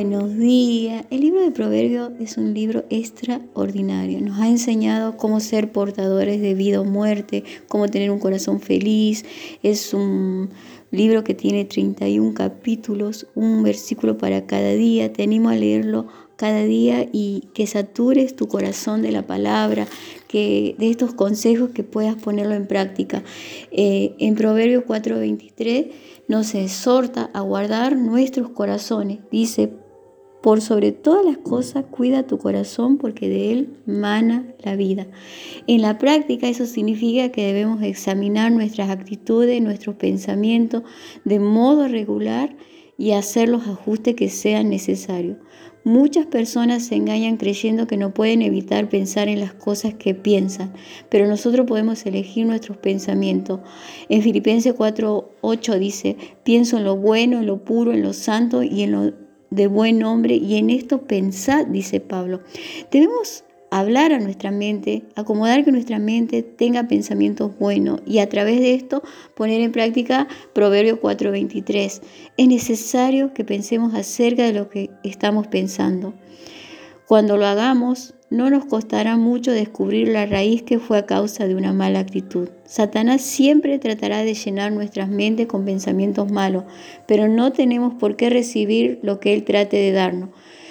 Buenos días. El libro de Proverbios es un libro extraordinario. Nos ha enseñado cómo ser portadores de vida o muerte, cómo tener un corazón feliz. Es un libro que tiene 31 capítulos, un versículo para cada día. Te animo a leerlo cada día y que satures tu corazón de la palabra, que de estos consejos que puedas ponerlo en práctica. En Proverbios 4:23 nos exhorta a guardar nuestros corazones. Dice: por sobre todas las cosas, cuida tu corazón porque de él mana la vida. En la práctica eso significa que debemos examinar nuestras actitudes, nuestros pensamientos de modo regular y hacer los ajustes que sean necesarios. Muchas personas se engañan creyendo que no pueden evitar pensar en las cosas que piensan, pero nosotros podemos elegir nuestros pensamientos. En Filipenses 4:8 dice: pienso en lo bueno, en lo puro, en lo santo y en lo de buen nombre, y en esto pensad, dice Pablo. Debemos hablar a nuestra mente, acomodar que nuestra mente tenga pensamientos buenos y a través de esto poner en práctica Proverbios 4:23. Es necesario que pensemos acerca de lo que estamos pensando. Cuando lo hagamos, no nos costará mucho descubrir la raíz que fue a causa de una mala actitud. Satanás siempre tratará de llenar nuestras mentes con pensamientos malos, pero no tenemos por qué recibir lo que él trate de darnos.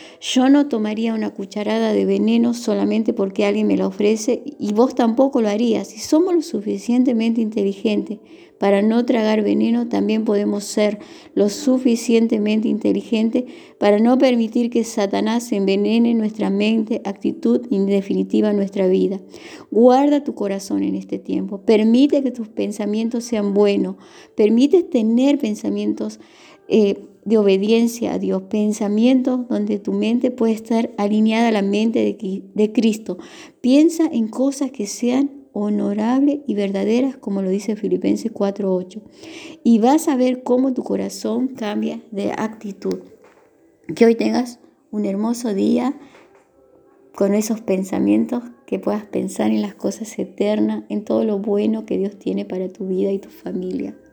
Yo no tomaría una cucharada de veneno solamente porque alguien me la ofrece, y vos tampoco lo harías. Si somos lo suficientemente inteligentes para no tragar veneno, también podemos ser lo suficientemente inteligentes para no permitir que Satanás envenene nuestra mente, actitud y en definitiva nuestra vida. Guarda tu corazón en este tiempo. Permite que tus pensamientos sean buenos. Permite tener pensamientos de obediencia a Dios, pensamientos donde tu mente puede estar alineada a la mente de Cristo. Piensa en cosas que sean honorables y verdaderas, como lo dice Filipenses 4:8, y vas a ver cómo tu corazón cambia de actitud. Que hoy tengas un hermoso día con esos pensamientos, que puedas pensar en las cosas eternas, en todo lo bueno que Dios tiene para tu vida y tu familia.